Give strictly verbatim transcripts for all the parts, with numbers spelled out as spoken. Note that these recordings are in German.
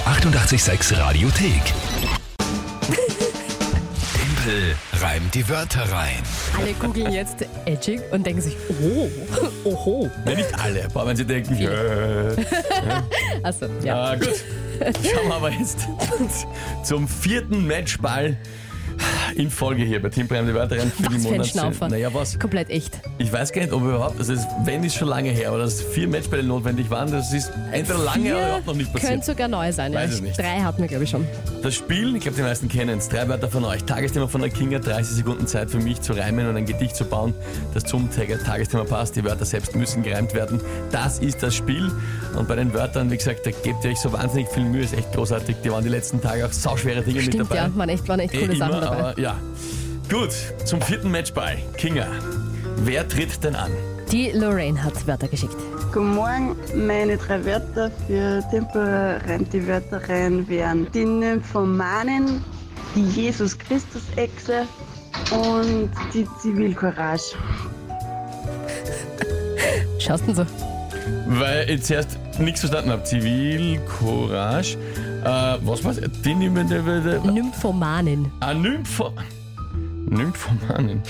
achtundachtzig Komma sechs Radiothek. Tempel reimt die Wörter rein. Alle googeln jetzt Edging und denken sich, oh, oho. Ja, nicht alle, aber wenn sie denken, äh, Achso, ja. Ah, gut. Schauen wir aber jetzt zum vierten Matchball in Folge hier bei Tempel reimt die Wörter rein für Was die für ein Monats. Schnaufer. Naja, was? Komplett echt. Ich weiß gar nicht, ob überhaupt, also es, wenn ist schon lange her, aber dass vier Matchbälle notwendig waren, das ist entweder lange Vier oder überhaupt noch nicht passiert. Könnte sogar neu sein. Weiß ja. es nicht. Drei hatten wir, glaube ich, schon. Das Spiel, ich glaube, die meisten kennen es. Drei Wörter von euch. Tagesthema von der Kinga, dreißig Sekunden Zeit für mich zu reimen und ein Gedicht zu bauen, das zum Tagesthema passt. Die Wörter selbst müssen gereimt werden. Das ist das Spiel. Und bei den Wörtern, wie gesagt, da gebt ihr euch so wahnsinnig viel Mühe. Ist echt großartig. Die waren die letzten Tage auch sauschwere Dinge Stimmt, mit dabei. ja, waren echt, waren echt coole eh Sachen immer, dabei. aber ja. Gut, zum vierten Matchball. Kinga, wer tritt denn an? Die Lorraine hat Wörter geschickt. Guten Morgen, meine drei Wörter für Tempel reimt die Wörter rein wären die Nymphomanin, die Jesus Christus Echse und die Zivilcourage. Schaust du denn so? Weil ich zuerst nichts verstanden habe. Zivilcourage. Äh, was war's? Die nimmende würde. Nymphomanin. Ah, Nympho. Nymphomanin.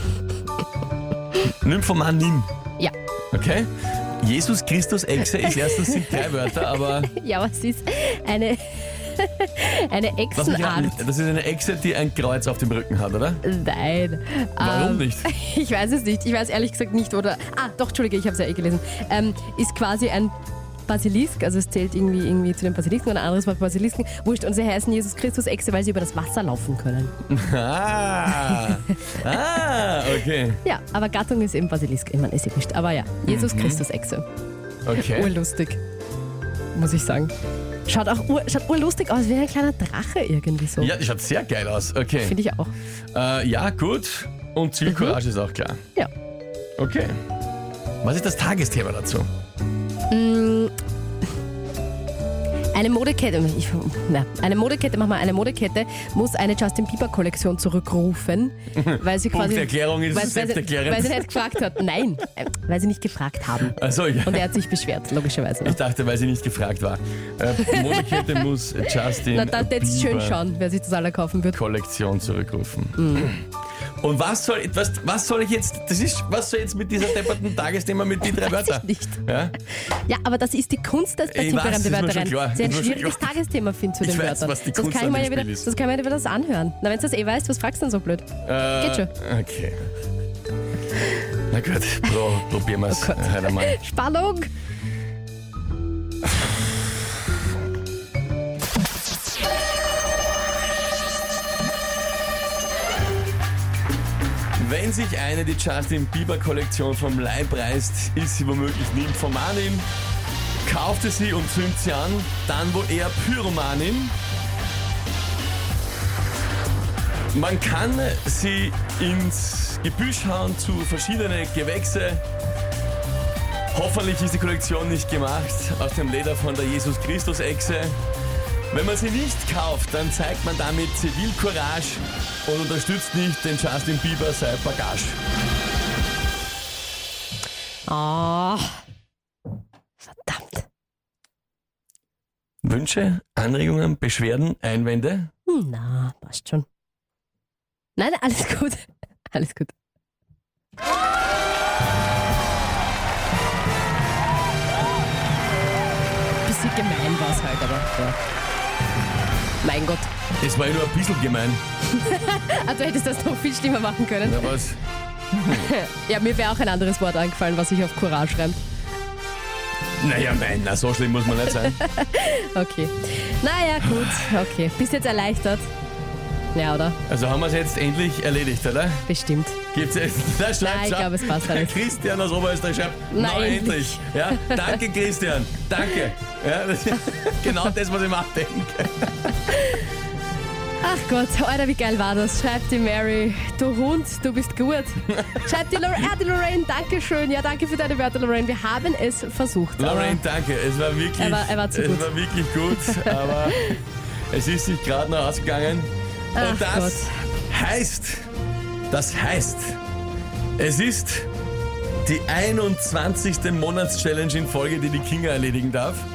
Nymphomanin. Ja. Okay. Jesus Christus Echse ist erstens sind drei Wörter, aber. Ja, was ist eine, eine Lass mich raten, Echsenart? das ist eine Echse, die ein Kreuz auf dem Rücken hat, oder? Nein. Warum Ähm, nicht? Ich weiß es nicht. Ich weiß ehrlich gesagt nicht, oder... Ah, doch, Entschuldige, ich habe es ja eh gelesen. Ähm, ist quasi ein Basilisk, also es zählt irgendwie, irgendwie zu den Basilisken oder ein anderes Wort Basilisken. Wurscht, und sie heißen Jesus Christus Echse, weil sie über das Wasser laufen können. Ah, ah, okay. Ja, aber Gattung ist eben Basilisk. Ich meine, ist eh wurscht. Aber ja, Jesus Mhm. Christus Echse. Okay. Urlustig, muss ich sagen. Schaut auch ur, schaut urlustig aus, wie ein kleiner Drache irgendwie so. Ja, die schaut sehr geil aus. Okay. Finde ich auch. Äh, ja, gut. Und Zivilcourage ist auch klar. Ja. Okay. Was ist das Tagesthema dazu? Eine Modekette, ich, na, eine Modekette, mach mal, eine Modekette muss eine Justin Bieber Kollektion zurückrufen, weil sie quasi, Punkterklärung ist weil, weil, sie, selbsterklärend. weil sie nicht gefragt hat. Nein, äh, weil sie nicht gefragt haben. Also ja. Und er hat sich beschwert, logischerweise. Ich dachte, weil sie nicht gefragt war. Äh, Modekette muss Justin Na, da jetzt schön Bieber schauen, wer sich das alle kaufen wird. Kollektion zurückrufen. Und was soll, was, was soll ich jetzt, das ist, was soll jetzt mit dieser depperten Tagesthema mit den drei Weiß Wörtern? ich nicht. Ja? Ja, aber das ist die Kunst des Ich weiß, Tempelreim der ist mir Wörter schon rein. klar, Sie ein ist mir schon schwieriges klar. Tagesthema finden zu Ich den weiß, Wörtern. was die das Kunst kann ich an mir dem ja wieder, Spiel ist. das kann man ja wieder das anhören. Na, wenn du das eh weißt, was fragst du denn so blöd? Äh, Geht schon. Okay. Na gut, Pro, probieren wir es Oh Gott. heute mal. Spannung! Wenn sich eine die Justin Bieber Kollektion vom Leib reißt, ist sie womöglich Nymphomanin. Kaufte sie und zündet sie an, dann wohl eher Pyromanin. Man kann sie ins Gebüsch hauen zu verschiedenen Gewächse. Hoffentlich ist die Kollektion nicht gemacht aus dem Leder von der Jesus Christus Echse. Wenn man sie nicht kauft, dann zeigt man damit Zivilcourage und unterstützt nicht den Justin Bieber sein Bagage. Oh. Verdammt. Wünsche, Anregungen, Beschwerden, Einwände? Hm, Na, passt schon. Nein, nein, alles gut. Alles gut. Bisschen gemein war es halt, aber ja. Mein Gott. Es war ja nur ein bisschen gemein. Also hättest du das noch viel schlimmer machen können. Na was? Ja, mir wäre auch ein anderes Wort eingefallen, was sich auf Courage reimt. Naja, nein, na, so schlimm muss man nicht sein. Okay. Naja, gut. Okay. Bist jetzt erleichtert? Ja, oder? Also haben wir es jetzt endlich erledigt, oder? Bestimmt. Gibt's jetzt? Da schreibt Nein, ich glaube, es passt alles. Christian aus Oberösterreich schreibt, Nein, na endlich. Ja, danke Christian, danke. Ja, das ist genau das, was ich mir auch denke. Ach Gott, Alter, wie geil war das? Schreibt die Mary, du Hund, du bist gut. Schreibt die Lorraine, ah, die Lorraine, danke schön. Ja, danke für deine Wörter, Lorraine. Wir haben es versucht. Lorraine, danke. Es war wirklich, Er war- er war zu es gut. war wirklich gut, aber es ist sich gerade noch ausgegangen. Ach Und das Gott. heißt, das heißt, es ist die einundzwanzigste Monatschallenge in Folge, die die Kinga erledigen darf.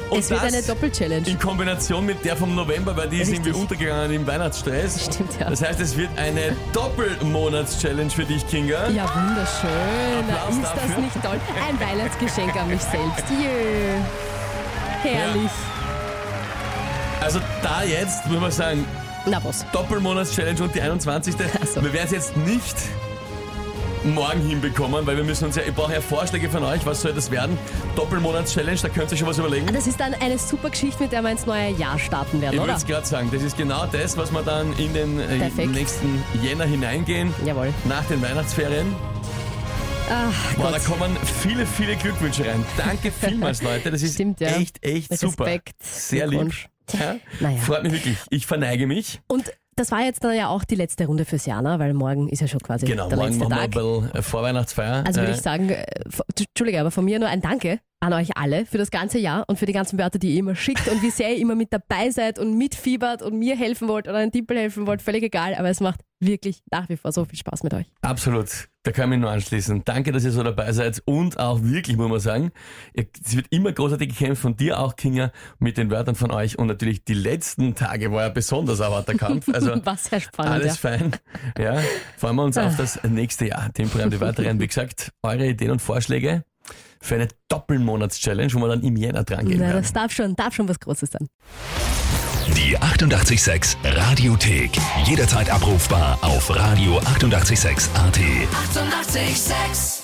Und Es wird das eine Doppel-Challenge. in Kombination mit der vom November, weil die ist Richtig. irgendwie untergegangen im Weihnachtsstress. Stimmt, ja. Das heißt, es wird eine Doppelmonats-Challenge für dich, Kinga. Ja, wunderschön. Na, Applaus ist das dafür. nicht toll? Ein Weihnachtsgeschenk an mich selbst. Jö. Herrlich. Also da jetzt, muss man sagen, Na was? Doppelmonats-Challenge und die einundzwanzigste Ach so. Wir werden es jetzt nicht morgen hinbekommen, weil wir müssen uns ja, ich brauche ja Vorschläge von euch, was soll das werden? Doppelmonats-Challenge, da könnt ihr schon was überlegen. Das ist dann eine super Geschichte, mit der wir ins neue Jahr starten werden, Ich würde oder? es gerade sagen, das ist genau das, was wir dann in den äh, Perfekt. nächsten Jänner hineingehen, Jawohl. nach den Weihnachtsferien. Ach Boah, da Gott. kommen viele, viele Glückwünsche rein. Danke vielmals, Leute. Das ist Stimmt, ja. echt, echt super. Respekt. Sehr lieb. Glückwunsch. Ja, Naja. freut mich wirklich. Ich verneige mich. Und das war jetzt dann ja auch die letzte Runde fürs Jahr, ne? Weil morgen ist ja schon quasi Genau, der morgen letzte machen wir Tag. ein bisschen äh, Vorweihnachtsfeier. Also würde Äh, ich sagen, äh, v- Entschuldige, aber von mir nur ein Danke an euch alle für das ganze Jahr und für die ganzen Wörter, die ihr immer schickt und wie sehr ihr immer mit dabei seid und mitfiebert und mir helfen wollt oder einem Tippel helfen wollt, völlig egal, aber es macht wirklich nach wie vor so viel Spaß mit euch. Absolut, da kann ich mich nur anschließen. Danke, dass ihr so dabei seid und auch wirklich, muss man sagen, ihr- es wird immer großartig gekämpft, von dir auch, Kinga, mit den Wörtern von euch und natürlich die letzten Tage war ja besonders ein harter Kampf. Also Was sehr spannend, alles ja. fein. Ja, freuen wir uns auf das nächste Jahr. Temporein die weiteren, wie gesagt, eure Ideen und Vorschläge für eine Doppelmonats-Challenge, wo wir dann im Jänner dran gehen Na, werden. das darf schon, darf schon was Großes sein. Die achtundachtzig Komma sechs Radiothek. Jederzeit abrufbar auf radio achtundachtzig Komma sechs Punkt a t. Eighty-eight point six